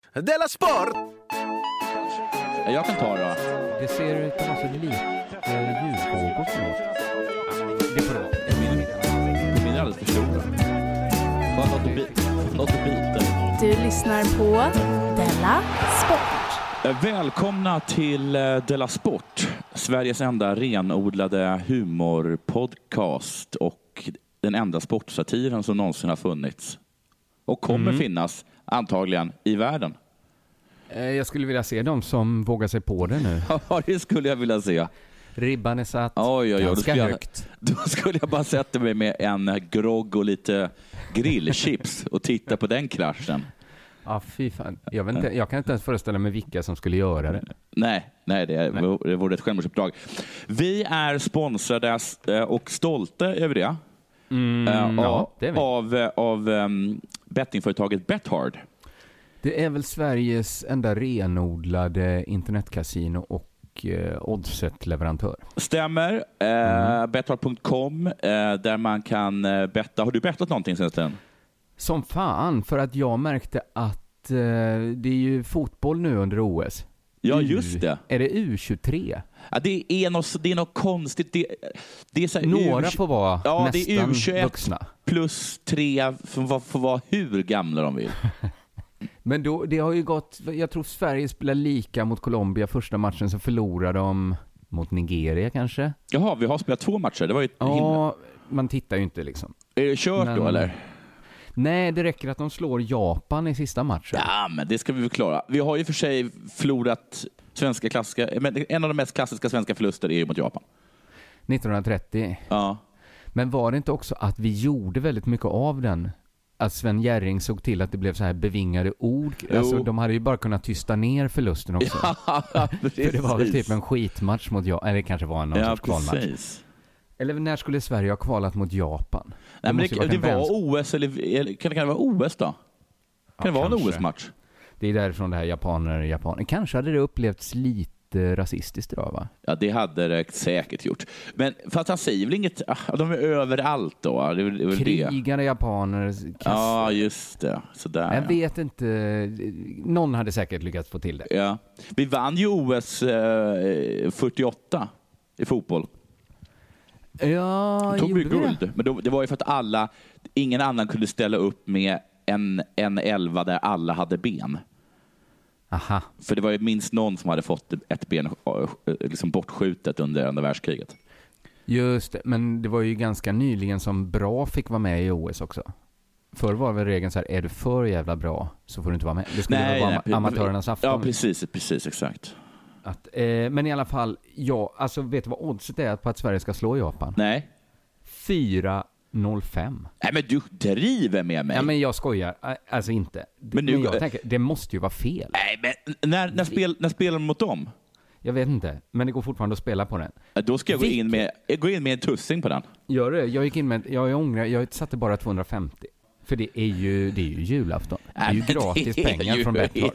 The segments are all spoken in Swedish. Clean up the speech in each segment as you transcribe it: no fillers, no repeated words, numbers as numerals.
Della Sport! Jag kan ta det då. Det ser ut som lite djurvågor ut. Det får det vara. De är alldeles för stora. Bara något att bita. Du lyssnar på Della Sport. Välkomna till Della Sport, Sveriges enda renodlade humorpodcast och den enda sportsatiren som någonsin har funnits. Och kommer finnas antagligen i världen. Jag skulle vilja se dem som vågar sig på det nu. Ja, det skulle jag vilja se. Ribban är satt ganska högt. Då skulle jag bara sätta mig med en grogg och lite grillchips och titta på den kraschen. Ja, fy fan. Jag kan inte ens föreställa mig vilka som skulle göra det. Nej, det vore ett självmordsuppdrag. Vi är sponsrade och stolta över det. Det är vi. Av bettingföretaget Bethard. Det är väl Sveriges enda renodlade internetkasino och oddset-leverantör. Stämmer. Bethard.com där man kan betta. Har du bettat någonting sen sen? Som fan, för att jag märkte att det är ju fotboll nu under OS. Ja, just det. Är det U23? Ja, det är något konstigt. Det är så här några får vara nästan det är U21 vuxna. plus 3 får vara hur gamla de vill. Men då, det har ju gått, jag tror Sverige spelar lika mot Colombia första matchen, så förlorade de mot Nigeria kanske. Jaha, vi har spelat 2 matcher. Det var ju man tittar ju inte liksom. Är det kört då eller? Nej, det räcker att de slår Japan i sista matchen. Ja, men det ska vi väl klara. Vi har ju för sig förlorat en av de mest klassiska svenska förluster är ju mot Japan. 1930. Ja. Men var det inte också att vi gjorde väldigt mycket av den? Att Sven Jerring såg till att det blev så här bevingade ord. Alltså, de hade ju bara kunnat tysta ner förlusten också. Ja, för det var väl typ en skitmatch mot Japan. Eller det kanske var någon sorts kvalmatch. Precis. Eller när skulle Sverige ha kvalat mot Japan? Nej, men det var OS, eller kan det vara OS då? Kan det vara en OS-match? Det är därifrån det här japaner. Kanske hade det upplevts lite rasistiskt idag, va? Ja, det hade det säkert gjort. Men fast han säger väl inget, de är överallt då. Det är krigande japaner. Ja, just det. Sådär. Jag vet inte. Någon hade säkert lyckats få till det. Ja. Vi vann ju OS 48 i fotboll. Ja, tog vi guld. Men det var ju för att ingen annan kunde ställa upp med en 11 där alla hade ben. Aha. För det var ju minst någon som hade fått ett ben liksom bortskjutet under andra världskriget. Just det, men det var ju ganska nyligen som bra fick vara med i OS också. Förr var väl regeln så här, är du för jävla bra så får du inte vara med. Det skulle vara amatörernas afton. Ja, precis, exakt. Men i alla fall, vet du vad oddset är på att Sverige ska slå Japan? Nej. 4-0-5. Nej, men du driver med mig. Ja, men jag skojar. Alltså inte. Men jag tänker, det måste ju vara fel. Nej, men när spelar de mot dem? Jag vet inte, men det går fortfarande att spela på den. Då ska jag gå in med en tussing på den. Gör det? Jag gick in med, jag ångrar, jag satte bara 250. För det är ju julafton. Det är ju gratis pengar från Bethard.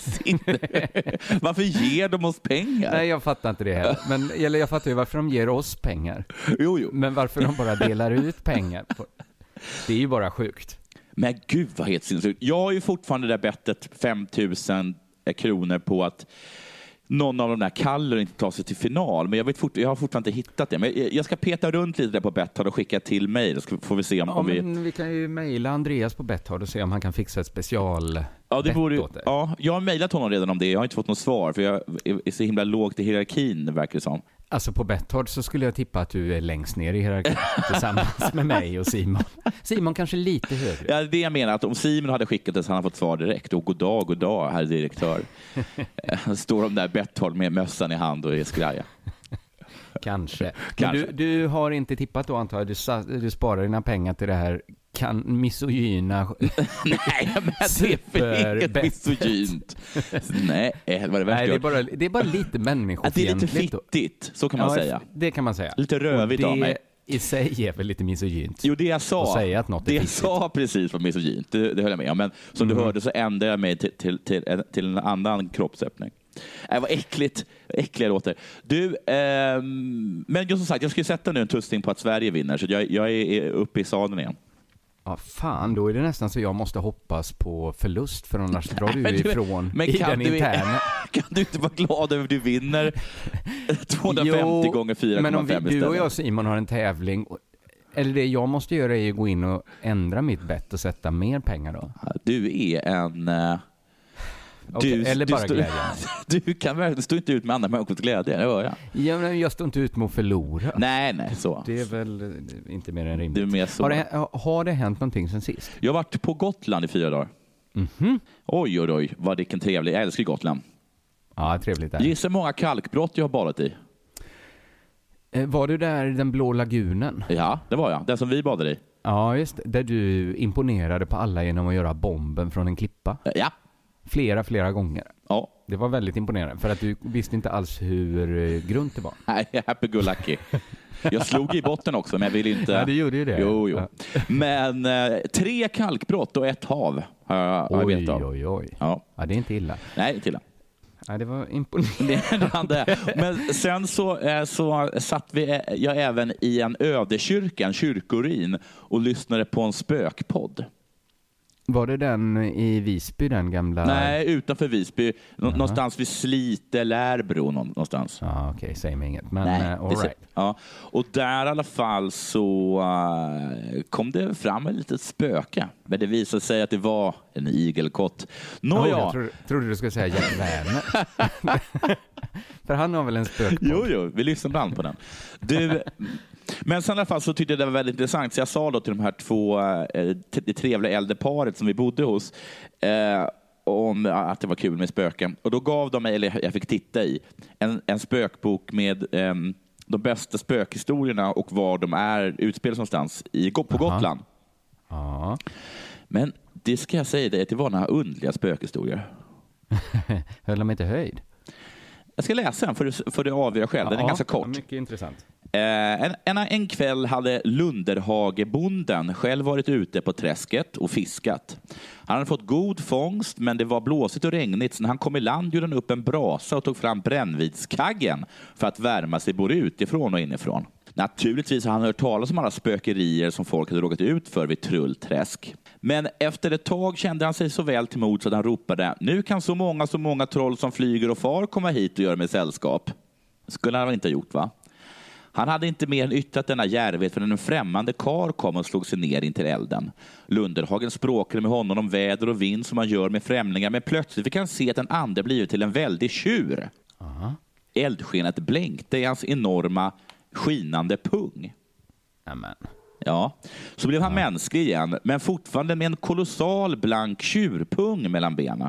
Varför ger de oss pengar? Nej, jag fattar inte det heller. Men jag fattar ju varför de ger oss pengar. Jo. Men varför de bara delar ut pengar. Det är ju bara sjukt. Men gud vad helt sinnessjukt. Jag har ju fortfarande där bettet 5 000 kronor på att någon av de där kallar inte tar sig till final. Men jag har fortfarande inte hittat det. Men jag ska peta runt lite där på Bethard och skicka till mig. Då får vi se om vi kan ju mejla Andreas på Bethard och se om han kan fixa ett special. Ja, det vore. Ja, jag har mejlat honom redan om det. Jag har inte fått något svar för jag är så himla lågt i hierarkin, verkar det som. Alltså på Bethard så skulle jag tippa att du är längst ner i hierarkin tillsammans med mig och Simon. Simon kanske lite högre. Ja, det jag menar, att om Simon hade skickat det så hade han fått svar direkt. Och god dag, herr direktör. Står de där Bethard med mössan i hand och är skraja. Kanske. Du har inte tippat då, antar jag. Du sparar dina pengar till det här misogyna. Nej, men det är inget misogynt. Nej, vad det är bara lite människofientligt. Det är lite fittigt, så kan man säga. Det kan man säga. Lite rövigt av mig. I sig är väl lite misogynt. Jo, det jag sa. Säga att något är jag sa precis var misogynt. Det höll jag med om. Men som du hörde så ändrade jag mig till en annan kroppsöppning. Vad äckliga låter. Du, men som sagt, jag ska sätta nu en tussning på att Sverige vinner. Så jag är uppe i sadeln igen. Ja, fan, då är det nästan så jag måste hoppas på förlust, för annars drar du ifrån men i den interna. Kan du inte vara glad över att du vinner 250 gånger 4,5 men om istället? du och jag, Simon, har en tävling, eller det jag måste göra är att gå in och ändra mitt bett och sätta mer pengar då. Du är en... eller bara glädjen. Du kan verkligen stå inte ut med andra människors glädje, det hör jag. Ja, men jag står inte ut med att förlora. Nej, så. Det är väl inte mer än rimligt. Du är mer så. Har det hänt någonting sen sist? Jag har varit på Gotland i 4 dagar. Mhm. Oj, vad vilken trevlig. Jag älskar Gotland. Ja, trevligt där. Gissa hur många kalkbrott jag har badat i. Var du där i den blå lagunen? Ja, det var jag. Den som vi badade i. Ja, just det. Där du imponerade på alla genom att göra bomben från en klippa. Ja. Flera gånger. Ja. Det var väldigt imponerande, för att du visste inte alls hur grunt det var. Nej, happy go lucky. Jag slog i botten också, men jag vill inte... Ja, det gjorde ju det. Jo. Ja. Men 3 kalkbrott och 1 hav har jag vet av. Oj. Ja, det är inte illa. Nej, inte illa. Ja, det var imponerande. Men sen så satt jag även i en ödekyrka, en kyrkorin, och lyssnade på en spökpodd. Var det den i Visby, den gamla? Nej, utanför Visby. Någonstans vid Slite, Lärbro någonstans. Ja, okej, säg mig inget. Men all right. Ja, och där i alla fall så kom det fram ett litet spöke. Men det visade sig att det var en igelkott. Jag trodde du skulle säga Jack Werner. För han har väl en spökpodd? Jo, vi lyssnar ibland på den. Men sen i alla fall så tyckte jag det var väldigt intressant, så jag sa då till de här 2 det trevliga äldre paret som vi bodde hos om att det var kul med spöken. Och då gav de mig, eller jag fick titta i, en spökbok med de bästa spökhistorierna och var de utspelas någonstans på Gotland. Ja. Men det ska jag säga, det var några underliga spökhistorier. Höll de inte höjd? Jag ska läsa den för det avgöra själv. Den är ganska kort. Mycket intressant. En kväll hade Lunderhagebonden själv varit ute på träsket och fiskat. Han hade fått god fångst, men det var blåsigt och regnigt, så när han kom i land gjorde han upp en brasa och tog fram brännvidskaggen för att värma sig både utifrån och inifrån. Naturligtvis har han hört talas om alla spökerier som folk hade råkat ut för vid Trullträsk. Men efter ett tag kände han sig så väl till mod så att han ropade: nu kan så många troll som flyger och far komma hit och göra med sällskap. Skulle han inte ha gjort, va? Han hade inte mer än yttrat denna djärvhet förrän en främmande kar kom och slog sig ner in till elden. Lunderhagen språkade med honom om väder och vind som man gör med främlingar, men plötsligt fick han se att den andre blivit till en väldig tjur. Eldskenet blänkte i hans enorma skinande pung. Amen. Ja, så blev han mänsklig igen, men fortfarande med en kolossal blank tjurpung mellan benen.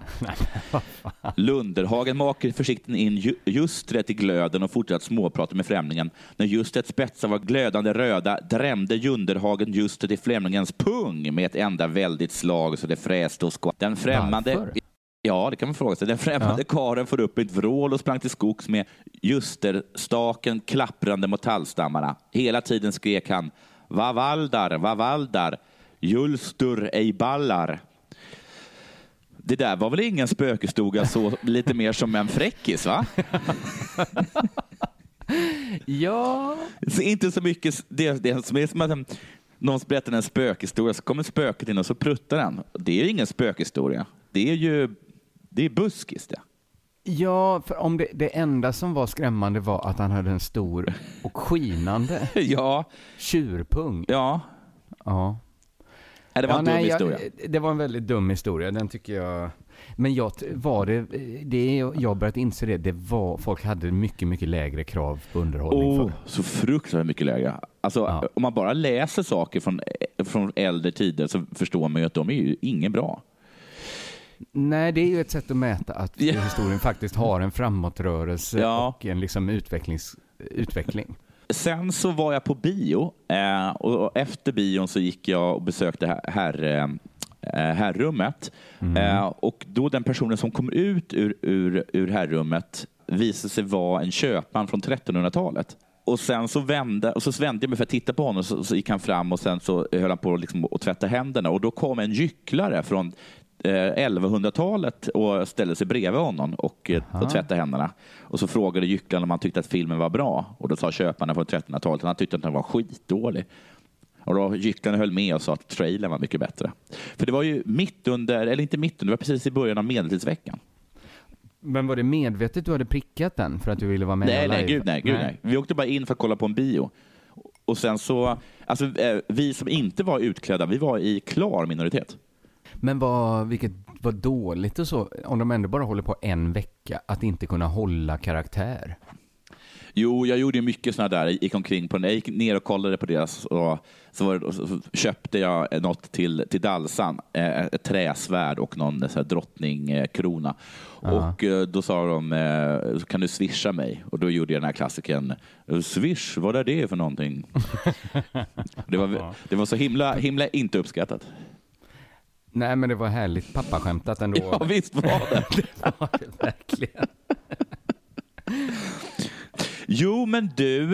Lunderhagen makade försiktigt in just rätt i glöden och fortsatte småprata med främlingen. När just ett spetsar var glödande röda drämde Lunderhagen just till främlingens pung med ett enda väldigt slag så det fräste och skvatt. Den främmande... Varför? Ja, det kan man fråga sig. Den främmande karen får upp ett vrål och sprang till skogs med justerstaken klapprande mot tallstammarna. Hela tiden skrek han: Vavaldar, julstur ej ballar. Det där var väl ingen spökestoga, så lite mer som en fräckis, va? Ja. Så inte så mycket, det som är som att någon berättar en spökhistoria, så kommer spöket in och så pruttar den. Det är ingen spökhistoria. Det är buskis det. Ja, för om det enda som var skrämmande var att han hade en stor och skinande tjurpung. Ja. Det var en dum historia. Det var en väldigt dum historia, den tycker jag. Men jag börjat inse det var, folk hade mycket, mycket lägre krav på underhållning. Så fruktansvärt mycket lägre. Alltså, om man bara läser saker från äldre tider så förstår man ju att de är ju ingen bra. Nej, det är ju ett sätt att mäta att historien faktiskt har en framåtrörelse och en liksom utveckling. Sen så var jag på bio och efter bion så gick jag och besökte herrummet. Och då den personen som kom ut ur herrummet visade sig vara en köpman från 1300-talet. Och sen så vände jag mig för att titta på honom, så gick han fram och sen så höll han på liksom att tvätta händerna. Och då kom en gycklare från 1100-talet och ställde sig bredvid honom och tvättade händerna. Och så frågade gycklaren om han tyckte att filmen var bra. Och då sa köparna från 1300-talet att han tyckte att den var skitdålig. Och då Gycklarna höll med och sa att trailern var mycket bättre. För det var ju det var precis i början av medeltidsveckan. Men var det medvetet du hade prickat den för att du ville vara med? Nej. Vi åkte bara in för att kolla på en bio. Och sen så, alltså vi som inte var utklädda, vi var i klar minoritet. Men vilket var dåligt och så, om de ändå bara håller på en vecka, att inte kunna hålla karaktär. Jo, jag gjorde ju mycket sådana där. Jag gick omkring på den. Jag gick ner och kollade på deras och så köpte jag något till Dalsan. Ett träsvärd och någon så här drottningkrona. Och då sa de, kan du swisha mig? Och då gjorde jag den här klassiken. Swish, vad är det för någonting? Det var så himla inte uppskattat. Nej, men det var härligt pappaskämtat ändå. Ja, visst var det. Det var det verkligen. Jo, men du,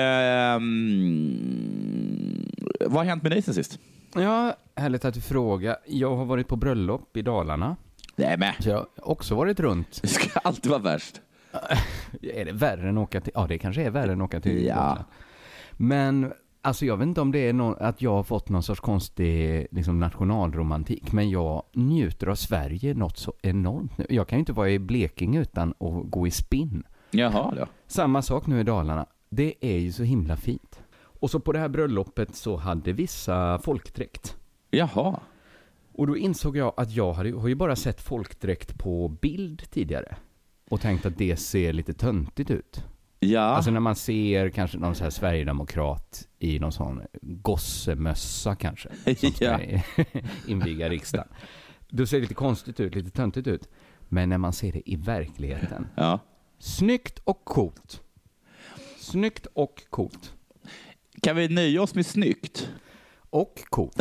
vad har hänt med dig sen sist? Ja, härligt att du frågar. Jag har varit på bröllop i Dalarna. Nej, men. Så jag har också varit runt. Det ska alltid vara värst. Är det värre än att åka till? Ja, det kanske är värre än att åka till. Ja. Men alltså jag vet inte om det är att jag har fått någon sorts konstig liksom, nationalromantik. Men jag njuter av Sverige något så enormt nu. Jag kan ju inte vara i Blekinge utan att gå i spinn. Jaha då. Samma sak nu i Dalarna. Det är ju så himla fint. Och så på det här bröllopet så hade vissa folkdräkt. Jaha. Och då insåg jag att jag har ju bara sett folkdräkt på bild tidigare. Och tänkt att det ser lite töntigt ut. Ja. Alltså när man ser kanske någon så här Sverigedemokrat i någon sån gossemössa kanske. Som ska inviga riksdagen. Då ser det lite konstigt ut, lite töntigt ut. Men när man ser det i verkligheten. Ja. Snyggt och coolt. Snyggt och coolt. Kan vi nöja oss med snyggt? Och coolt.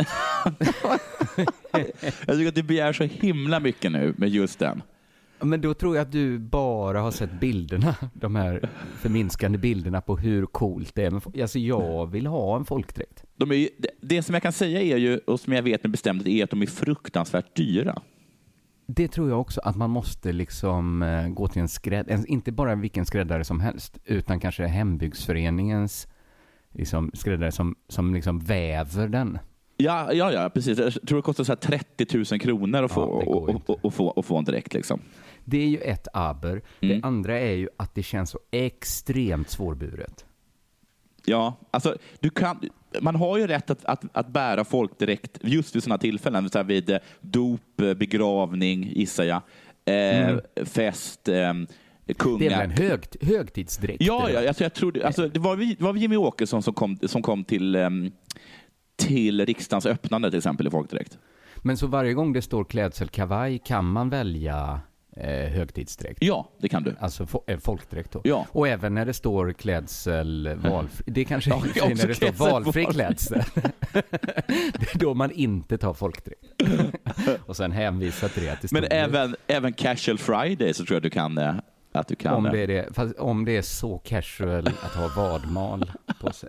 Jag tycker att du begär så himla mycket nu med just den. Men då tror jag att du bara har sett bilderna. De här förminskande bilderna på hur coolt det är. Men alltså jag vill ha en folkdräkt. Det som jag kan säga är ju, och som jag vet med bestämdhet, är att de är fruktansvärt dyra. Det tror jag också, att man måste liksom gå till en skräddare, inte bara vilken skräddare som helst, utan kanske hembygdsföreningens liksom, skräddare som liksom väver den. Ja, precis. Jag tror det kostar så här 30 000 kronor att få en dräkt liksom. Det är ju ett aber. Det andra är ju att det känns så extremt svårburet. Ja, alltså man har ju rätt att bära folk direkt just vid sådana tillfällen, så här vid dop, begravning, gissar jag, fest, kungar. Det är väl en högtidsdräkt? Ja, alltså jag tror alltså, det var Jimmy Åkesson som kom till riksdagens öppnande till exempel i folkdräkt. Men så varje gång det står klädsel kavaj kan man välja högtidsdräkt? Ja, det kan du. Alltså folkdräkt då? Ja. Och även när det står klädsel valfri. Det kanske är när det står valfri klädsel. Det är då man inte tar folkdräkt. Och sen hänvisar till det. Men även casual Friday så tror jag du kan att du kan. Om det är så casual att ha vadmal på sig.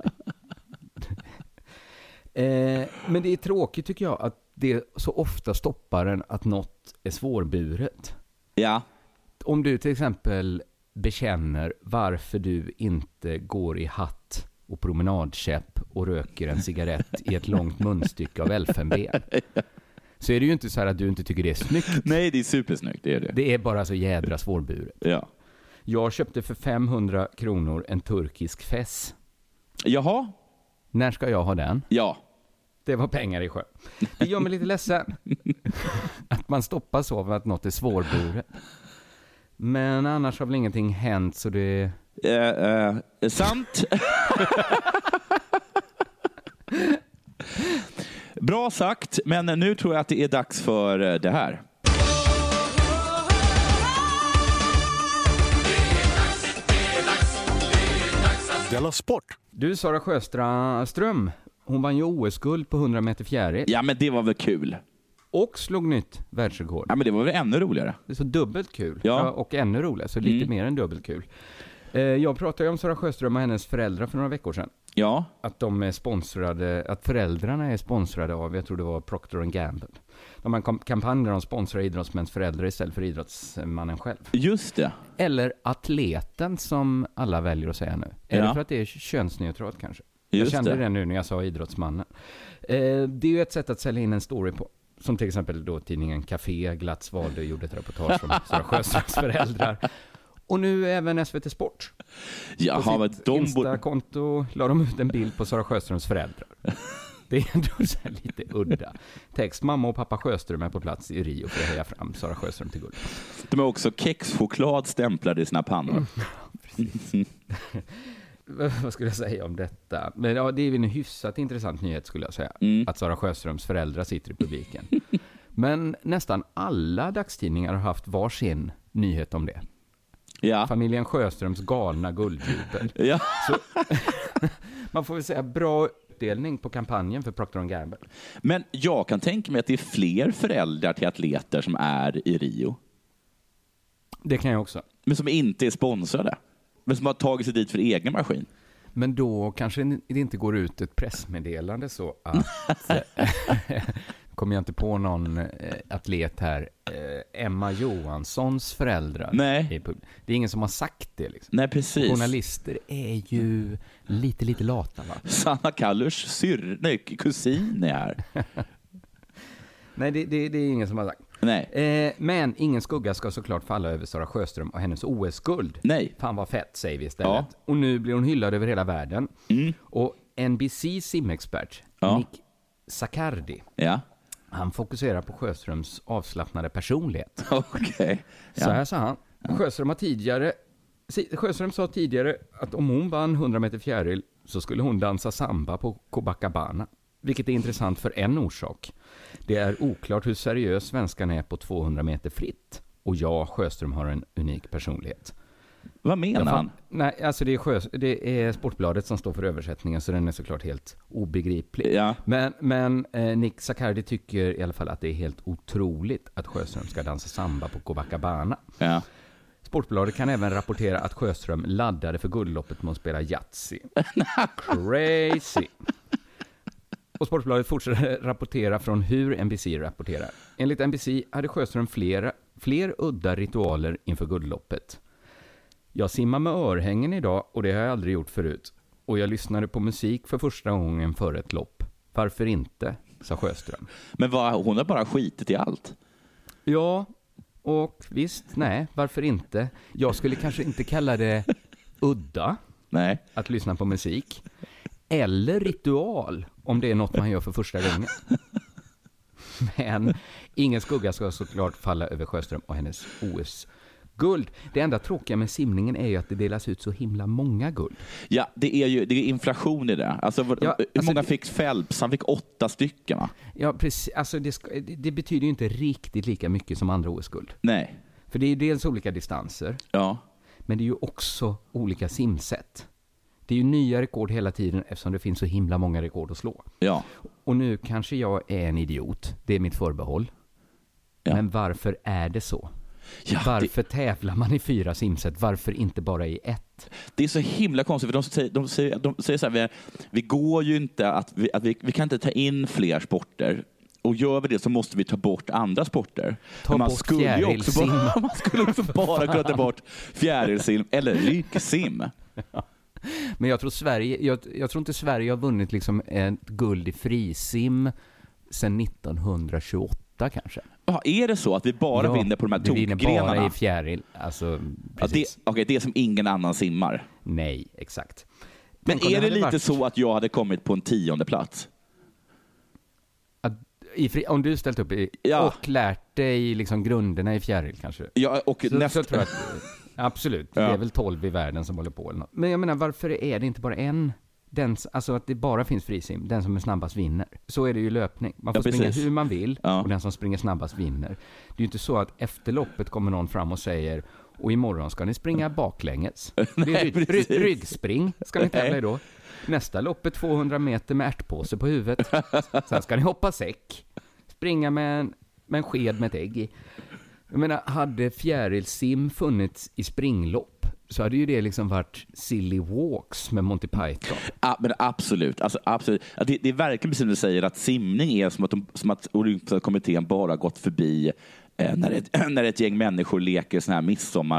Men det är tråkigt tycker jag att det så ofta stoppar en att något är svårburet. Ja. Om du till exempel bekänner varför du inte går i hatt och promenadkäpp och röker en cigarett i ett långt munstycke av elfenben, så är det ju inte så här att du inte tycker det är snyggt. Nej, det är supersnyggt, det är det. Det är bara så jädra svårburet. Ja. Jag köpte för 500 kronor en turkisk fess. Jaha. När ska jag ha den? Ja. Det var pengar i sjö. Det gör mig lite ledsen. Att man stoppar så av att något är svårburet. Men annars har väl ingenting hänt så det... Sant. Bra sagt, men nu tror jag att det är dags för det här. Della Sport. Du, Sara Sjöström, hon vann ju OS-guld på 100 meter fjäril. Ja, men det var väl kul. Och slog nytt världsrekord. Ja, men det var väl ännu roligare. Det är så dubbelt kul. Ja. Och ännu roligare, så lite mer än dubbelt kul. Jag pratade ju om Sara Sjöström och hennes föräldrar för några veckor sedan. Ja. Att de är sponsrade, att föräldrarna är sponsrade av, jag tror det var Procter & Gamble. De har en kampanj där de sponsrar idrottsmäns föräldrar istället för idrottsmannen själv. Just det. Eller atleten som alla väljer att säga nu. Är det för att det är könsneutralt kanske? Jag kände det nu när jag sa idrottsmannen. Det är ju ett sätt att sälja in en story på. Som till exempel då tidningen Café glatt svalde och gjorde ett reportage om Sara Sjöströms föräldrar. Och nu även SVT Sport. Ja, på sitt Insta-konto la de ut en bild på Sara Sjöströms föräldrar. Det är ändå så här lite udda. Text: mamma och pappa Sjöström är på plats i Rio för att höja fram Sara Sjöström till guld. De är också kexchoklad stämplade i sina pannor. Precis. Vad skulle jag säga om detta? Men ja, det är en hyfsat intressant nyhet skulle jag säga. Att Sara Sjöströms föräldrar sitter i publiken. Men nästan alla dagstidningar har haft varsin nyhet om det. Ja. Familjen Sjöströms galna guldjubel. Ja. Så, man får väl säga bra utdelning på kampanjen för Procter & Gamble. Men jag kan tänka mig att det är fler föräldrar till atleter som är i Rio. Det kan jag också. Men som inte är sponsrade. Men som har tagit sig dit för egen maskin. Men då kanske det inte går ut ett pressmeddelande så att kommer jag inte på någon atlet här, Emma Johanssons föräldrar. Nej. Det är ingen som har sagt det liksom. Nej, precis. Journalister är ju lite lata, va? Sanna Kallurs kusin är här. Nej, det är ingen som har sagt. Nej. Men ingen skugga ska såklart falla över Sara Sjöström och hennes OS-guld. Nej. Fan vad fett, säger vi istället. Ja. Och nu blir hon hyllad över hela världen. Och NBC simexpert Nick Zaccardi, han fokuserar på Sjöströms avslappnade personlighet. Okay. Ja. Så här sa han. Sjöström sa tidigare att om hon vann 100 meter fjäril så skulle hon dansa samba på Copacabana. Vilket är intressant för en orsak. Det är oklart hur seriös svenskan är på 200 meter fritt. Och ja, Sjöström har en unik personlighet. Vad menar han? Nej, alltså det är Sportbladet som står för översättningen, så den är såklart helt obegriplig. Ja. Men Nick Zaccardi tycker i alla fall att det är helt otroligt att Sjöström ska dansa samba på Copacabana. Ja. Sportbladet kan även rapportera att Sjöström laddade för guldloppet med att spela Yatzy. Crazy! Och Sportbladet fortsätter rapportera från hur NBC rapporterar. Enligt NBC hade Sjöström fler udda ritualer inför guldloppet. Jag simmar med örhängen idag och det har jag aldrig gjort förut. Och jag lyssnade på musik för första gången före ett lopp. Varför inte? Sa Sjöström. Men hon har bara skitit i allt. Ja, och visst, nej, varför inte? Jag skulle kanske inte kalla det udda. Nej. Att lyssna på musik. Eller ritual, om det är något man gör för första gången. Men ingen skugga ska såklart falla över Sjöström och hennes OS-guld. Det enda tråkiga med simningen är ju att det delas ut så himla många guld. Ja, det är inflation i det. Alltså, hur många fick Phelps? Han fick 8 stycken, va? Ja, precis. Alltså, det betyder ju inte riktigt lika mycket som andra OS-guld. Nej. För det är ju dels olika distanser. Ja. Men det är ju också olika simsätt. Det är ju nya rekord hela tiden eftersom det finns så himla många rekord att slå. Ja. Och nu kanske jag är en idiot. Det är mitt förbehåll. Ja. Men varför är det så? Ja, varför tävlar man i 4 simsätt? Varför inte bara i 1? Det är så himla konstigt, för de säger så här, vi går ju inte vi kan inte ta in fler sporter. Och gör vi det så måste vi ta bort andra sporter. Man skulle också bara kunna ta bort fjärilsim eller ryggsim. Ja. Men jag tror inte Sverige har vunnit liksom ett guld i frisim sedan 1928 kanske. Ja, är det så att vi bara vinner på de här tokgrenarna? Vi vinner bara i fjäril. Alltså, precis. Det är som ingen annan simmar. Nej, exakt. Men är det lite så att jag hade kommit på en 10:e plats? Om du ställt upp och lärt dig liksom grunderna i fjäril kanske. Ja, och så tror jag att, absolut, det är väl 12 i världen som håller på eller något. Men jag menar, varför är det inte bara en? Alltså att det bara finns frisim, den som är snabbast vinner. Så är det ju löpning. Man får springa hur man vill och den som springer snabbast vinner. Det är ju inte så att efter loppet kommer någon fram och säger och imorgon ska ni springa baklänges. Det är ryggspring ska ni tävla i då. Nästa lopp är 200 meter med ärtpåse på huvudet. Sen ska ni hoppa säck. Springa med en sked med ett ägg i. Jag menar, hade fjärilsim funnits i springlopp så hade ju det liksom varit silly walks med Monty Python. Ja, men absolut. Alltså, absolut. Det är verkligen precis som du säger att simning är som att Olympiska kommittén bara gått förbi när ett gäng människor leker såna här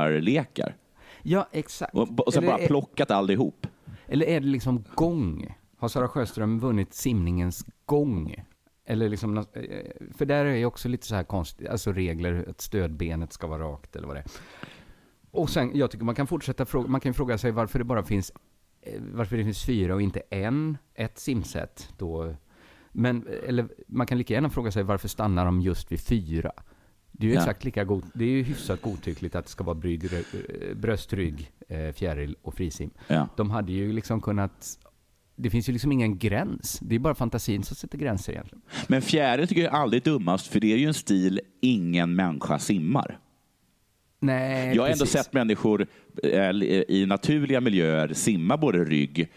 midsommarlekar. Ja, exakt. Och sen bara plockat allihop. Eller är det liksom gång? Har Sara Sjöström vunnit simningens gång? Eller liksom, för där är ju också lite så här konstigt, alltså regler att stödbenet ska vara rakt eller vad det är. Och sen, jag tycker man kan fortsätta fråga, man kan fråga sig varför det finns 4 och inte ett simsätt då. Men, eller man kan lika gärna fråga sig varför stannar de just vid 4? Det är ju exakt lika det är ju hyfsat godtyckligt att det ska vara bröstrygg, fjäril och frisim. Ja. De hade ju liksom kunnat, det finns ju liksom ingen gräns. Det är bara fantasin som sätter gränser egentligen. Men fjäril tycker jag är aldrig dummast, för det är ju en stil ingen människa simmar. Nej, jag har ändå sett människor i naturliga miljöer simma både rygg,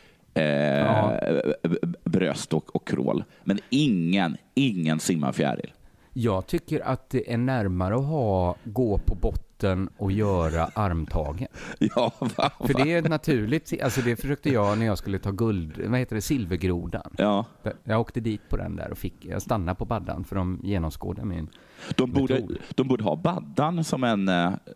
bröst och krål. Men ingen simmar fjäril. Jag tycker att det är närmare att gå på botten och göra armtagen. Ja, för det är naturligt. Alltså det försökte jag när jag skulle ta silvergrodan. Ja. Jag åkte dit på den där och jag stannade på baddan för de genomskådade min de borde ha baddan som en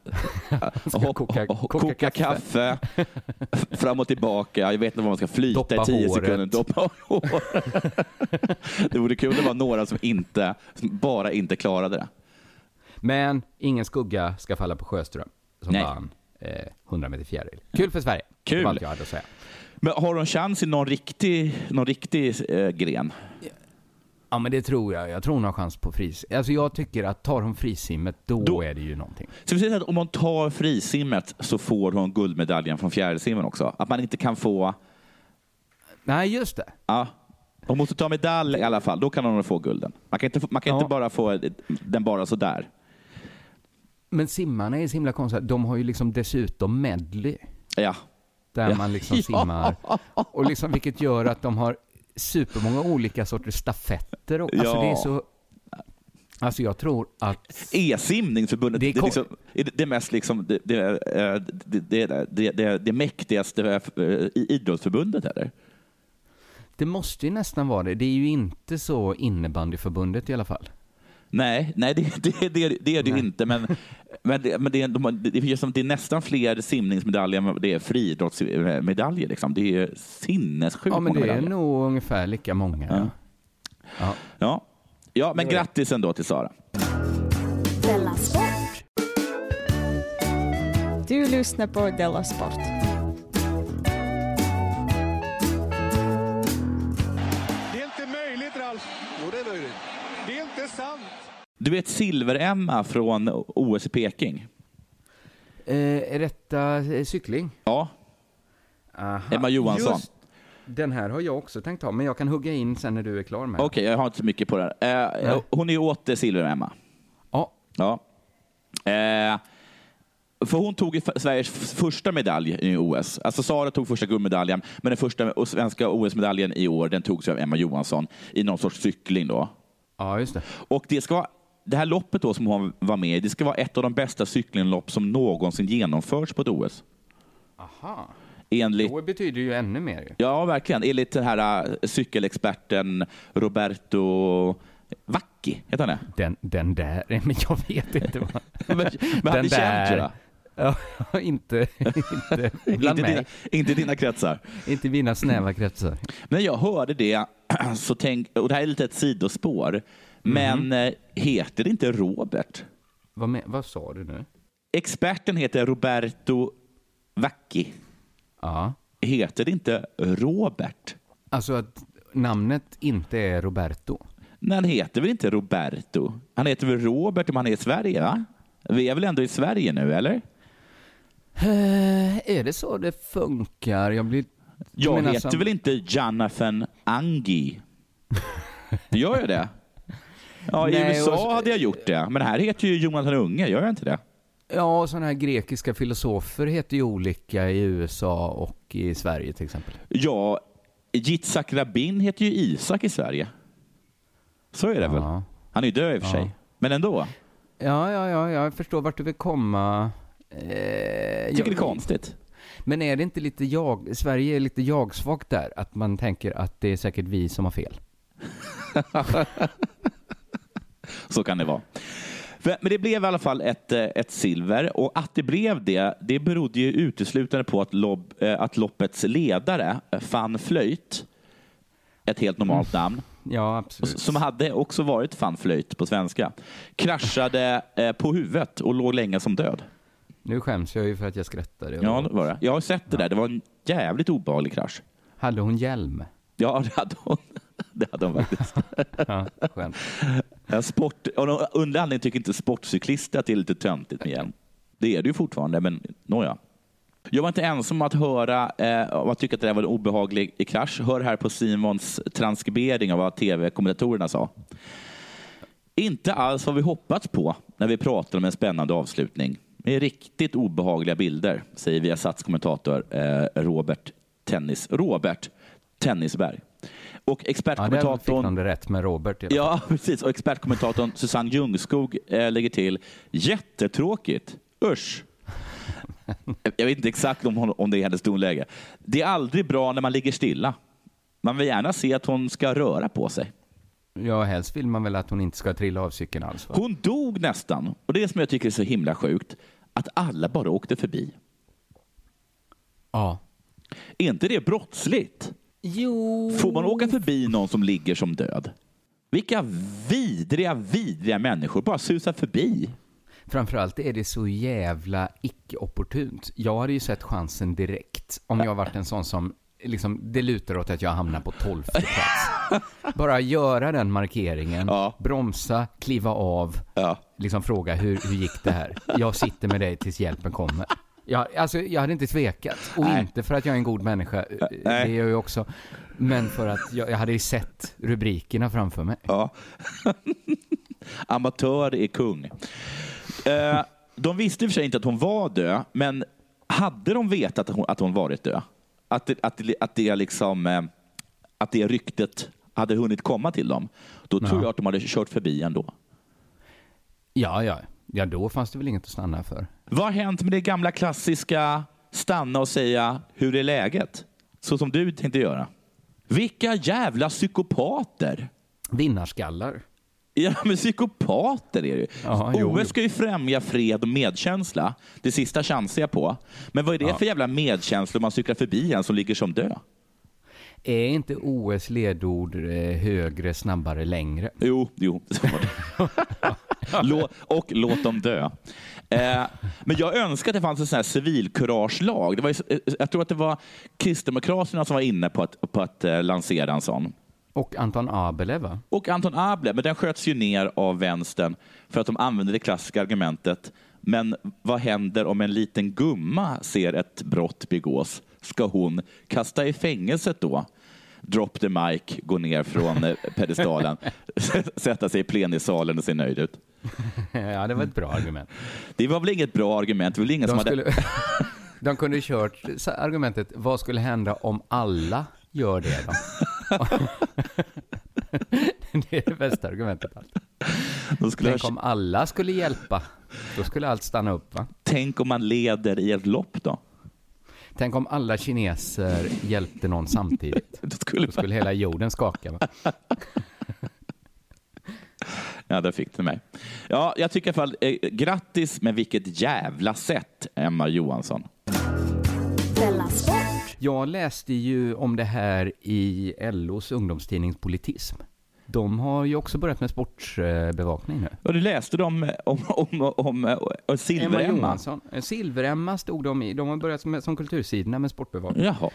koka kaffe fram och tillbaka. Jag vet inte vad man ska flyta doppa i 10 håret. sekunder. Doppa håret. Det vore kul att vara några som bara inte klarade det. Men ingen skugga ska falla på Sjöström som vann 100 meter fjäril. Kul för Sverige. Kul. Det var allt jag hade att säga. Men har de chans i någon riktig gren? Ja, men det tror jag. Jag tror hon har chans på fris. Alltså jag tycker att tar hon frisimmet, då är det ju någonting. Så vi säger att om hon tar frisimmet så får hon guldmedaljen från fjärilsimmen också. Att man inte kan få... Nej, just det. Ja. Hon måste ta medalj i alla fall. Då kan hon få gulden. Man kan inte bara få den bara så där. Men simmarna är så himla konstigt. De har ju liksom dessutom medley. Ja. Där man liksom simmar. Och liksom, vilket gör att de har supermånga olika sorters stafetter. Och, alltså det är så... Alltså jag tror att... E-simningsförbundet det är liksom, det mest liksom det mäktigaste i idrottsförbundet, eller? Det måste ju nästan vara det. Det är ju inte så innebandyförbundet i alla fall. Nej, det är det ju inte. Men det är nästan fler simningsmedaljer än det är friidrottsmedaljer. Liksom. Det är sinnessjukt. Ja, men det är nog ungefär lika många. Ja, men grattis ändå till Sara. Della Sport. Du lyssnar på Della Sport. Det är inte möjligt, Ralf. Jo, det är möjligt. Det är inte sant. Du vet Silver-Emma från OS i Peking? Är detta cykling? Ja. Aha. Emma Johansson. Just, den här har jag också tänkt ha, men jag kan hugga in sen när du är klar med det. Okej, jag har inte så mycket på det. Hon är åt Silver-Emma. Ja. För hon tog Sveriges första medalj i OS. Alltså Sara tog första guldmedaljen, men den första svenska OS-medaljen i år, den togs av Emma Johansson i någon sorts cykling då. Ja, just det. Och det här loppet då som hon var med i, det ska vara ett av de bästa cyklinglopp som någonsin genomförs på ett OS. Aha. Då betyder ju ännu mer. Ja, verkligen. Enligt den här cykelexperten Roberto Vacchi, heter han det? Den där, men jag vet inte vad. men den där. Ja, inte bland mig. Inte dina kretsar. Inte mina snäva kretsar. Men jag hörde det, och det här är lite ett sidospår, men heter det inte Robert? Vad sa du nu? Experten heter Roberto Vacchi. Ja. Heter det inte Robert? Alltså att namnet inte är Roberto? Nej, han heter väl inte Roberto? Han heter väl Robert om han är i Sverige, va? Vi är väl ändå i Sverige nu, eller? Är det så det funkar? Jag heter väl inte Jonathan Angi? Gör jag det? Ja, i USA hade jag gjort det. Men här heter ju Jonathan Unge, gör jag inte det? Ja, sådana här grekiska filosofer heter ju olika i USA och i Sverige till exempel. Ja, Yitzhak Rabin heter ju Isak i Sverige. Så är det väl? Han är ju död i och för sig. Men ändå. Ja, jag förstår vart du vill komma. Jag tycker det är konstigt. Men är det inte lite Sverige är lite jagsvagt där? Att man tänker att det är säkert vi som har fel. Så kan det vara. Men det blev i alla fall ett silver, och att det blev det berodde ju uteslutande på att loppets ledare, Van Vleut, ett helt normalt namn. Ja, absolut. Som hade också varit fanflöjt på svenska. Kraschade på huvudet och låg länge som död. Nu skäms jag ju för att jag skrattade. Ja, det var det. Jag har sett det där. Det var en jävligt obehaglig krasch. Hade hon hjälm? Ja, det hade hon. Det hade hon faktiskt. Ja, skönt. Under anledning tycker inte sportcyklister att det är lite töntigt med hjälm. Det är det ju fortfarande, men nåja. Jag var inte ensam om att höra och tycka att det var en obehaglig krasch. Hör här på Simons transkribering av vad tv-kommentatorerna sa. Inte alls vad vi hoppats på när vi pratade om en spännande avslutning. Med riktigt obehagliga bilder, säger Viasats kommentator Robert Tennisberg. Och expertkommentatorn... Ja, där fick de det rätt med Robert. Ja, precis. Och expertkommentatorn Susanne Ljungskog lägger till jättetråkigt. Usch. Jag vet inte exakt om det är hennes tonläge. Det är aldrig bra när man ligger stilla. Man vill gärna se att hon ska röra på sig. Ja, helst vill man väl att hon inte ska trilla av cykeln alls. Va? Hon dog nästan. Och det som jag tycker är så himla sjukt, att alla bara åkte förbi. Ja. Är inte det brottsligt? Jo. Får man åka förbi någon som ligger som död? Vilka vidriga människor bara susar förbi. Framförallt är det så jävla icke-opportunt. Jag hade ju sett chansen direkt om jag varit en sån som liksom, det lutar åt att jag hamnar på 12:e plats. Bara göra den markeringen, bromsa, kliva av, liksom fråga hur gick det här? Jag sitter med dig tills hjälpen kommer. Jag hade inte tvekat. Och inte för att jag är en god människa, det är jag ju också. Men för att jag hade ju sett rubrikerna framför mig. Ja. Amatör är kung. De visste i och för sig inte att hon var död, men hade de vetat att hon varit död? Att det ryktet hade hunnit komma till dem, då tror jag att de hade kört förbi ändå. Ja, då fanns det väl inget att stanna för. Vad har hänt med det gamla klassiska stanna och säga hur är läget? Så som du tänkte göra. Vilka jävla psykopater. Vinnarskallar. Ja, men psykopater är det. Aha, OS ska ju främja fred och medkänsla. Det sista chansar jag på. Men vad är det för jävla medkänsla om man cyklar förbi en som ligger som död? Är inte OS ledord högre, snabbare, längre? Jo. Låt dem dö. Men jag önskar att det fanns en sån här civilkuragelag. Jag tror att det var Kristdemokraterna som var inne på att lansera en sån. Och Anton Abele, va? Och Anton Abele, men den sköts ju ner av vänstern för att de använder det klassiska argumentet. Men vad händer om en liten gumma ser ett brott begås? Ska hon kasta i fängelset då? Drop the mic, gå ner från pedestalen, sätta sig i plenissalen och se nöjd ut. Ja, det var ett bra argument. Det var väl inget bra argument. Det var väl ingen de kunde kört argumentet, vad skulle hända om alla gör det då? Det är det bästa argumentet. Tänk om alla skulle hjälpa, då skulle allt stanna upp, va? Tänk om man leder i ett lopp då? Tänk om alla kineser hjälpte någon samtidigt. Då skulle hela jorden skaka, va? Ja, där fick du mig. Ja, jag tycker i alla fall, grattis med vilket jävla sätt, Emma Johansson. Jag läste ju om det här i LOs ungdomstidning Politism. De har ju också börjat med sportbevakning nu. Och du läste om Silver-Emma? Silver-Emma stod de i. De har börjat som kultursidorna med sportbevakning. Jaha.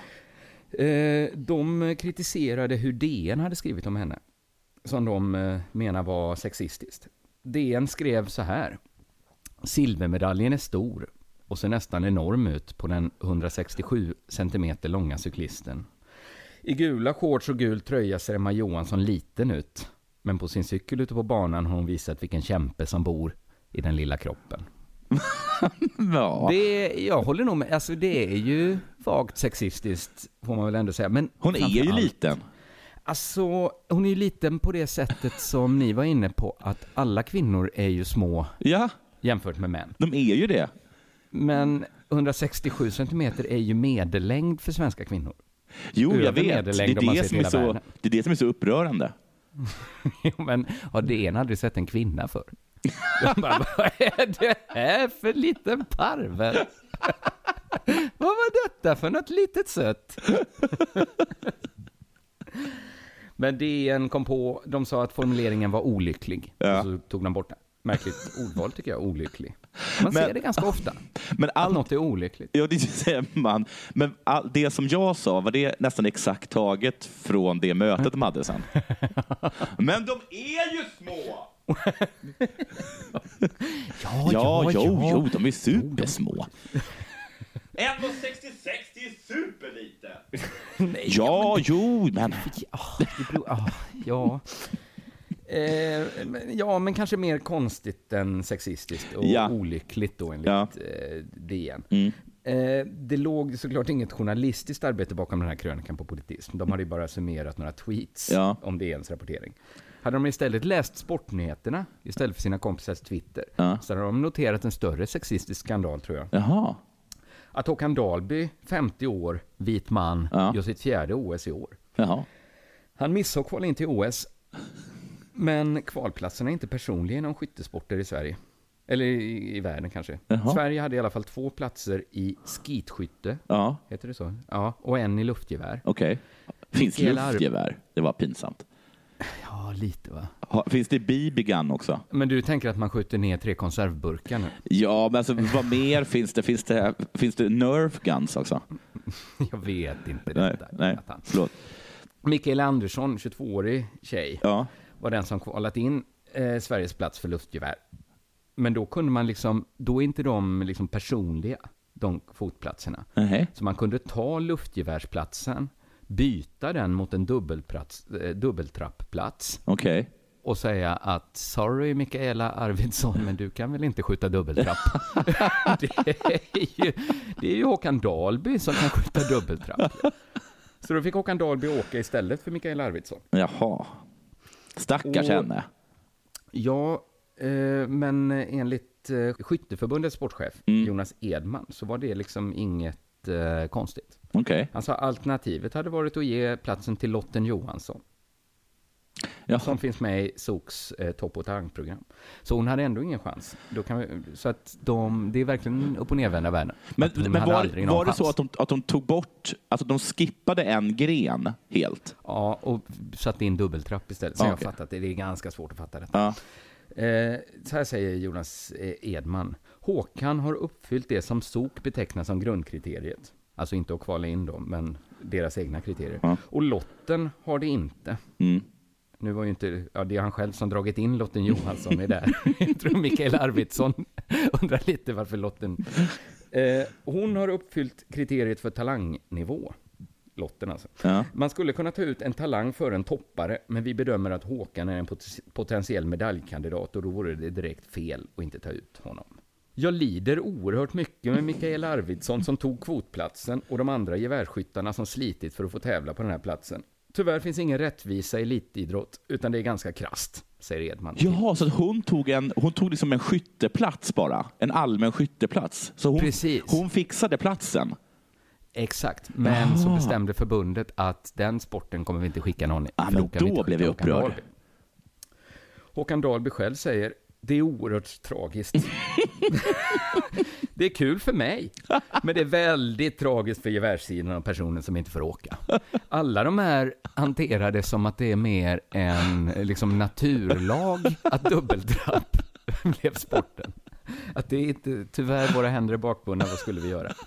De kritiserade hur DN hade skrivit om henne. Som de menar var sexistiskt. DN skrev så här. Silvermedaljen är stor och ser nästan enorm ut på den 167 centimeter långa cyklisten. I gula shorts och gul tröja ser Emma Johansson liten ut. Men på sin cykel ute på banan har hon visat vilken kämpe som bor i den lilla kroppen. Ja. Jag håller nog med. Alltså det är ju vagt sexistiskt, får man väl ändå säga. Men hon är ju liten. Alltså, hon är ju liten på det sättet som ni var inne på, att alla kvinnor är ju små jämfört med män. De är ju det. Men 167 centimeter är ju medellängd för svenska kvinnor. Jo, jag vet. Det är det som är så upprörande. Men har DN aldrig sett en kvinna för? Jag bara, vad är det här för liten parvel? Vad var detta för något litet sött? Men DN kom på, de sa att formuleringen var olycklig. Ja. Och så tog de bort det. Märkligt ordval tycker jag, olycklig. Man ser det ganska ofta. Men att något är olyckligt. Ja, det säger man. Men det som jag sa, var det nästan exakt taget från det mötet de hade sen? Men de är ju små! Jo, de är supersmå. 1,66, det är superlite. Men kanske mer konstigt än sexistiskt och olyckligt då enligt DN. Det låg såklart inget journalistiskt arbete bakom den här krönikan på Politism. De hade ju bara summerat några tweets om DNs rapportering. Hade de istället läst sportnyheterna istället för sina kompisars Twitter så hade de noterat en större sexistisk skandal, tror jag. Jaha. Att Håkan Dahlby, 50 år, vit man, gör sitt 4:e OS i år. Jaha. Han missade kval in till OS, men kvalplatserna är inte personliga inom skyttesporter i Sverige. Eller i världen kanske. Jaha. Sverige hade i alla fall 2 platser i skitskytte. Ja. Heter det så? Ja, och en i luftgevär. Okej. Finns luftgevär? Det var pinsamt. Ja, lite va. Finns det BB-gun också? Men du tänker att man skjuter ner 3 konservburkar nu? Ja, men alltså, vad mer finns det? Finns det Nerf guns också? Jag vet inte detta. Nej. Förlåt. Mikael Andersson, 22-årig tjej, var den som kvalat in Sveriges plats för luftgevär. Men då kunde man då är inte de personliga, de fotplatserna. Så man kunde ta luftgevärsplatsen, byta den mot en dubbeltrappplats. Okej. Och säga att sorry Mikaela Arvidsson, men du kan väl inte skjuta dubbeltrapp. det är ju Håkan Dahlby som kan skjuta dubbeltrapp. Så då fick Håkan Dahlby åka istället för Mikaela Arvidsson. Jaha. Stackars henne. Ja, men enligt Skytteförbundets sportchef Jonas Edman så var det inget konstigt. Okej. Alltså alternativet hade varit att ge platsen till Lotten Johansson. Som finns med i SOKs topp- och talangprogram. Så hon hade ändå ingen chans. Så att det är verkligen upp- och nedvända världen. Men var det så att de tog bort, alltså de skippade en gren helt? Ja, och satte in dubbeltrapp istället. Så jag har fattat det. Det är ganska svårt att fatta detta. Så här säger Jonas Edman. Håkan har uppfyllt det som SOK betecknar som grundkriteriet. Alltså inte att kvala in dem, men deras egna kriterier. Och Lotten har det inte. Nu var ju inte, det är han själv som dragit in Lotten Johansson är där. Jag tror Mikael Arvidsson undrar lite varför Lotten. Hon har uppfyllt kriteriet för talangnivå. Lotten alltså. Man skulle kunna ta ut en talang för en toppare, men vi bedömer att Håkan är en potentiell medaljkandidat och då vore det direkt fel att inte ta ut honom. Jag lider oerhört mycket med Mikael Arvidsson som tog kvotplatsen och de andra gevärskyttarna som slitit för att få tävla på den här platsen. Tyvärr finns ingen rättvisa i elitidrott, utan det är ganska krasst, säger Edman. Jaha, så att hon tog en skytteplats bara. En allmän skytteplats. Så hon fixade platsen. Exakt, men så bestämde förbundet att den sporten kommer vi inte skicka någon i. Men då blev jag upprörd. Håkan Dahlby själv säger, det är oerhört tragiskt. Det är kul för mig, men det är väldigt tragiskt för gevärssidan och personen som inte får åka. Alla de här hanterade som att det är mer en naturlag att dubbeltrapp blev sporten. Att det är inte, tyvärr våra händer är bakbundna, vad skulle vi göra?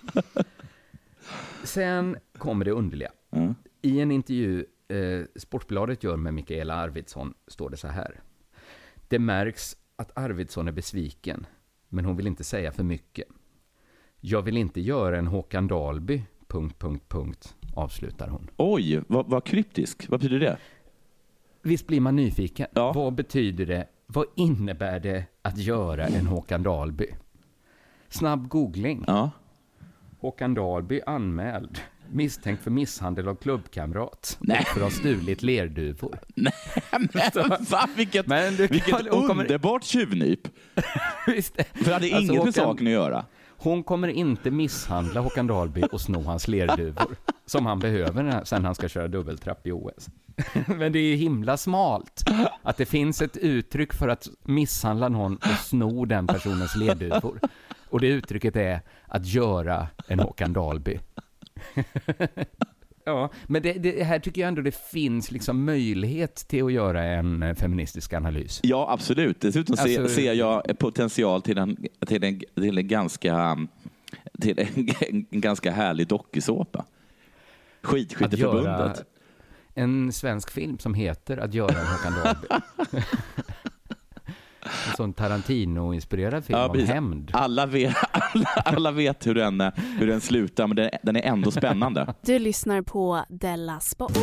Sen kommer det underliga. I en intervju Sportbladet gör med Mikaela Arvidsson står det så här. Det märks att Arvidsson är besviken, men hon vill inte säga för mycket. Jag vill inte göra en Håkan Dahlby... avslutar hon. Oj, vad kryptisk. Vad betyder det? Visst blir man nyfiken. Ja. Vad betyder det? Vad innebär det att göra en Håkan Dahlby? Snabb googling. Ja. Håkan Dahlby anmäld. Misstänkt för misshandel av klubbkamrat. Nej. För att ha stulit lerduvor. Nej, vilket underbart tjuvnyp. Visst. För det hade inget med saken att göra. Hon kommer inte misshandla Håkan Dahlby och sno hans lerduvor. Som han behöver sen han ska köra dubbeltrapp i OS. Men det är himla smalt att det finns ett uttryck för att misshandla någon och sno den personens lerduvor. Och det uttrycket är att göra en Håkan Dahlby. Ja, men det här tycker jag ändå det finns liksom möjlighet till att göra en feministisk analys. Ja, absolut. Dessutom ser jag potential till en ganska härlig dokusåpa. Skitskytteförbundet. En svensk film som heter Att göra en Håkan Dahlby. En sån Tarantino-inspirerad film om hämnd. Alla vet hur den slutar, men den är ändå spännande. Du lyssnar på Della Sport.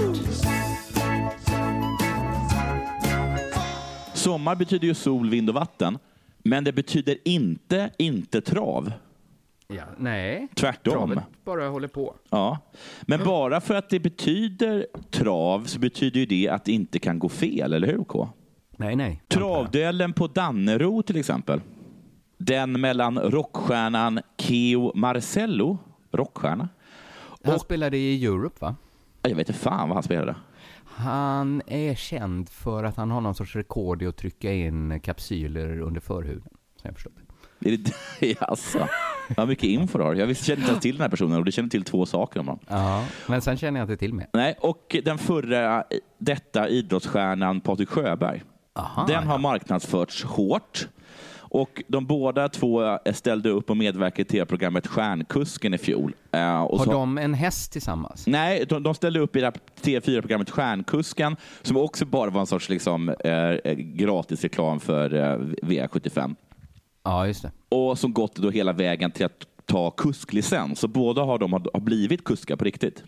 Sommar betyder ju sol, vind och vatten, men det betyder inte trav. Ja, nej. Tvärtom. Travet bara håller på. Ja. Men bara för att det betyder trav så betyder ju det att det inte kan gå fel, eller hur K? Nej. Travduellen på Dannero till exempel. Den mellan rockstjärnan Keo Marcello, rockstjärna. Han spelade i Europe, va? Jag vet inte fan vad han spelade. Han är känd för att han har någon sorts rekord i att trycka in kapsyler under förhuden. Så jag förstår det. Alltså. Vad mycket info då. Jag känner inte till den här personen och du känner till 2 saker om honom. Ja, men sen känner jag inte till mer. Nej, och den förra idrottsstjärnan Patrik Sjöberg. Aha, den har marknadsförts hårt. Och de båda 2 ställde upp och medverkade till programmet Stjärnkusken i fjol. Har de en häst tillsammans? Nej, de ställde upp i det TV4-programmet Stjärnkusken som också bara var en sorts gratis reklam för V75. Ja, just det. Och som gått då hela vägen till att ta kusklicens. Så båda har blivit kuskar på riktigt.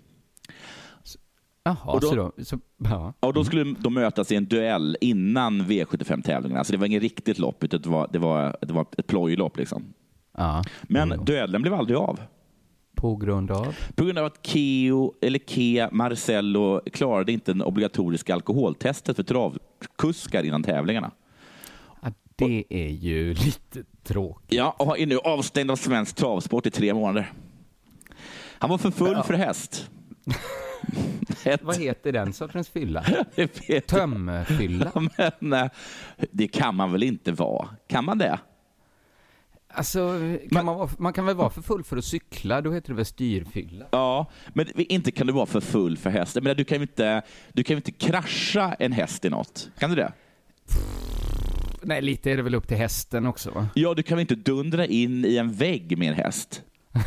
Jaha, och då skulle de mötas i en duell innan V75-tävlingen. Alltså det var ingen riktigt lopp, utan det var ett plojlopp liksom. Ja, men duellen blev aldrig av. På grund av att Kea Marcello klarade inte den obligatoriska alkoholtestet för travkuskar innan tävlingarna. Ja, det är ju lite tråkigt. Ja, och är nu avstängd av svensk travsport i 3 månader. Han var för full för häst. Vad heter den sortens fylla? Tömfylla? Men det kan man väl inte vara? Kan man det? Alltså, man kan väl vara för full för att cykla, då heter det väl styrfylla. Ja, men inte kan du vara för full för häst. Men du kan ju inte krascha en häst i något. Kan du det? Nej, lite är det väl upp till hästen också, va? Ja, du kan väl inte dundra in i en vägg med en häst?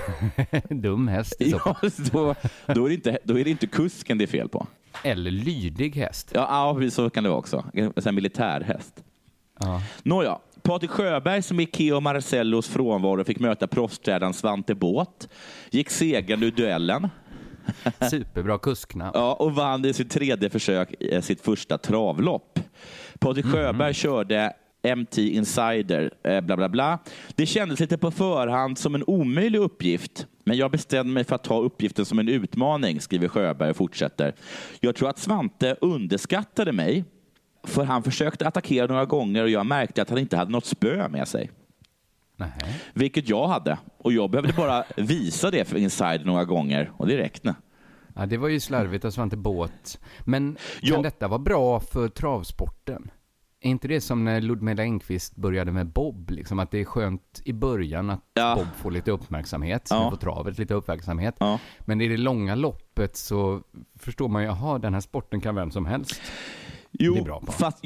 Dum häst i så fall. Ja, då är det inte kusken det är fel på. Eller lydig häst. Ja, så kan det vara också. En militärhäst. Ja. Nåja, Patrik Sjöberg som i Keo Marcellos frånvaro fick möta proffstränaren Svante Båth. Gick segrande ur duellen. Superbra kuskna. Ja, och vann i sitt 3:e försök sitt första travlopp. Patrik Sjöberg körde MT Insider, bla bla bla. Det kändes lite på förhand som en omöjlig uppgift, men jag bestämde mig för att ta uppgiften som en utmaning, skriver Sjöberg och fortsätter. Jag tror att Svante underskattade mig, för han försökte attackera några gånger och jag märkte att han inte hade något spö med sig. Nej. Vilket jag hade, och jag behövde bara visa det för Insider några gånger och det räckte. Ja, det var ju slarvigt av Svante Båth. Men kan detta vara bra för travsporten? Är inte det som när Ludmilla Engqvist började med bob? Liksom att det är skönt i början att bob får lite uppmärksamhet. Sen får travet lite uppmärksamhet. Ja. Men i det långa loppet så förstår man ju, jaha, den här sporten kan vem som helst. Jo, det är bra på. Fast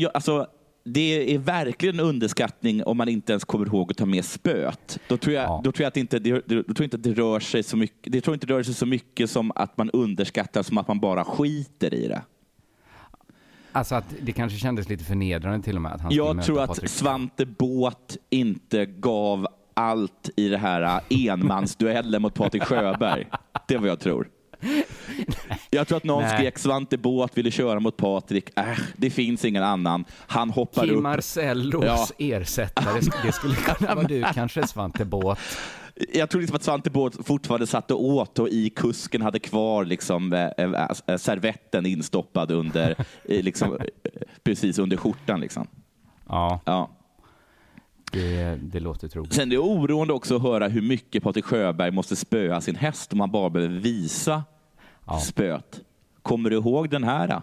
det är verkligen en underskattning om man inte ens kommer ihåg att ta med spöt. Då tror jag inte det rör sig så mycket. Det tror inte det rör sig så mycket som att man underskattar, som att man bara skiter i det. Alltså att det kanske kändes lite förnedrande till och med att han jag tror att Patrik. Svante Båth inte gav allt i det här enmansduellen mot Patrik Sjöberg. Det är vad jag tror. Jag tror att någon skrek Svante Båth ville köra mot Patrik. Det finns ingen annan. Han hoppar upp. Kim Marcellos ersättare. Det skulle kunna vara du, kanske Svante Båth. Jag tror liksom att Svante Båth fortfarande satt och åt och i kusken hade kvar liksom servetten instoppad under liksom, precis under skjortan liksom. Ja. Det låter troligt. Sen är det oroande också att höra hur mycket Patrik Sjöberg måste spöa sin häst om man bara behöver visa spöt. Kommer du ihåg den här?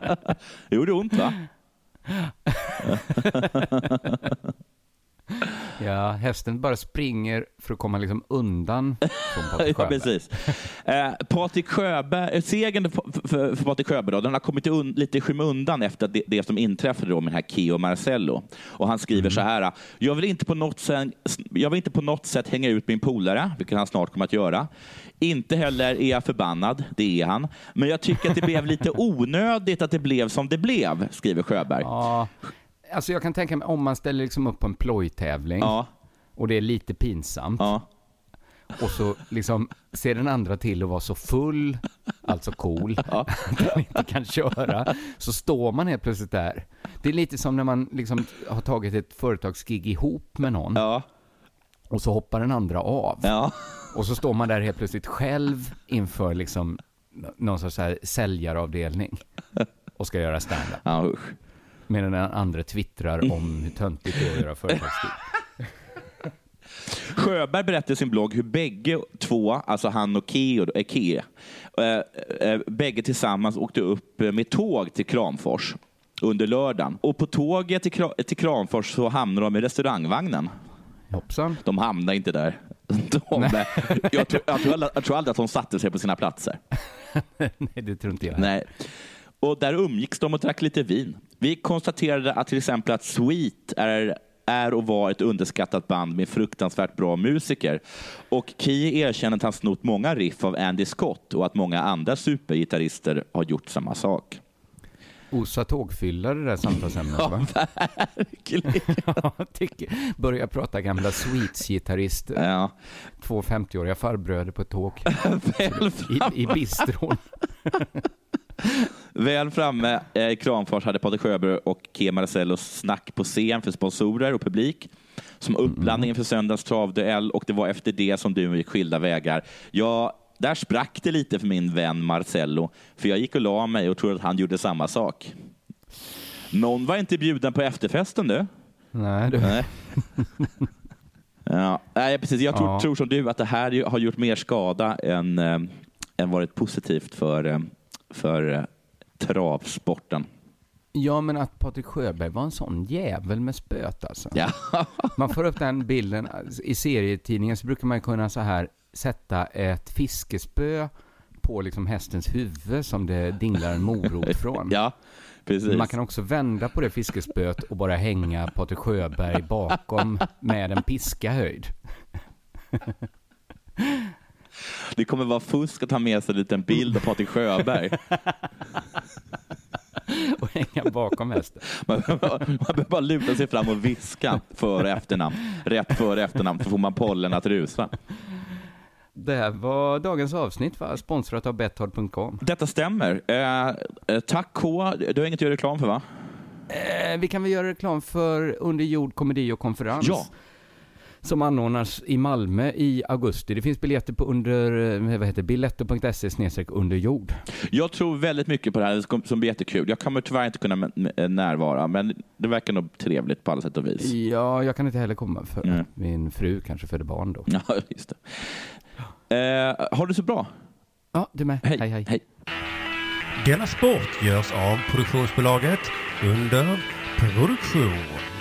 Det gjorde ont, va? Ja, hästen bara springer för att komma liksom undan från Patrik Sjöberg. Ja, precis. Patrik Sjöberg, segern för Patrik Sjöberg då, den har kommit lite i skymundan efter det som inträffade då med den här Kio Marcello. Och han skriver så här: jag vill inte på något sätt hänga ut min polare, vilket han snart kommer att göra. Inte heller är jag förbannad, det är han. Men jag tycker att det blev lite onödigt att det blev som det blev, skriver Sjöberg. Ja, alltså jag kan tänka mig om man ställer liksom upp på en plojtävling och det är lite pinsamt. Ja. Och så liksom ser den andra till att vara så full, alltså cool, att han inte kan köra. Så står man helt plötsligt där. Det är lite som när man liksom har tagit ett företagsgig ihop med någon. Ja. Och så hoppar den andra av. Ja. Och så står man där helt plötsligt själv inför liksom någon sorts här säljaravdelning och ska göra stand-up. Ja, usch. Medan den andra twittrar om hur töntigt det är att göra företagsgig. Sjöberg berättade i sin blogg hur bägge två, alltså han och Kio, bägge tillsammans åkte upp med tåg till Kramfors under lördagen. Och på tåget till Kramfors så hamnade de i restaurangvagnen. Hoppsan. De hamnade inte där. Jag tror aldrig att de satte sig på sina platser. Nej, det tror inte jag. Nej. Och där umgicks de och drack lite vin. Vi konstaterade att till exempel att Sweet är och var ett underskattat band med fruktansvärt bra musiker. Och Key erkänner att han snott många riff av Andy Scott och att många andra supergitarrister har gjort samma sak. Osa tågfylla det där samtalsämnet, va? Verkligen. Börja prata gamla Sweets-gitarrister. Ja. 2 50-åriga farbröder på ett tåg. I bistron. Väl framme i Kramfors hade Patrik Sjöberg och Kio Marcello snack på scen för sponsorer och publik som uppblandningen för söndagens travduell, och det var efter det som du gick skilda vägar. Där sprack det lite för min vän Marcello, för jag gick och la mig och trodde att han gjorde samma sak. Någon var inte bjuden på efterfesten, du? Nej, du. Nej. Ja, nej, precis. Jag tror som du att det här har gjort mer skada än varit positivt för travsporten. Ja, men att Patrik Sjöberg var en sån jävel med spöt alltså. Ja. Man får upp den bilden i serietidningen, så brukar man kunna så här sätta ett fiskespö på liksom hästens huvud som det dinglar en morot från. Ja, precis. Man kan också vända på det fiskespöt och bara hänga Patrik Sjöberg bakom med en piska höjd. Det kommer vara fusk att ha med sig en liten bild av Patrik Sjöberg. Och hänga bakom hästen. Man behöver bara luta sig fram och viska före efternamn. Rätt före efternamn, så får man pollen att rusa. Det här var dagens avsnitt, va? Sponsrat av Betthard.com. Detta stämmer. Tack K. Du har inget att göra reklam för, va? Vi kan väl göra reklam för Under jord, komedi och konferens. Ja. Som anordnas i Malmö i augusti. Det finns biljetter på biletto.se/underjord. Jag tror väldigt mycket på det här som blir jättekul. Jag kommer tyvärr inte kunna närvara, men det verkar nog trevligt på alla sätt och vis. Ja, jag kan inte heller komma för att min fru kanske födde barn då. Ja, just det. Har du så bra? Ja, du med. Hej. Hej. Della Sport görs av produktionsbolaget Under produktion.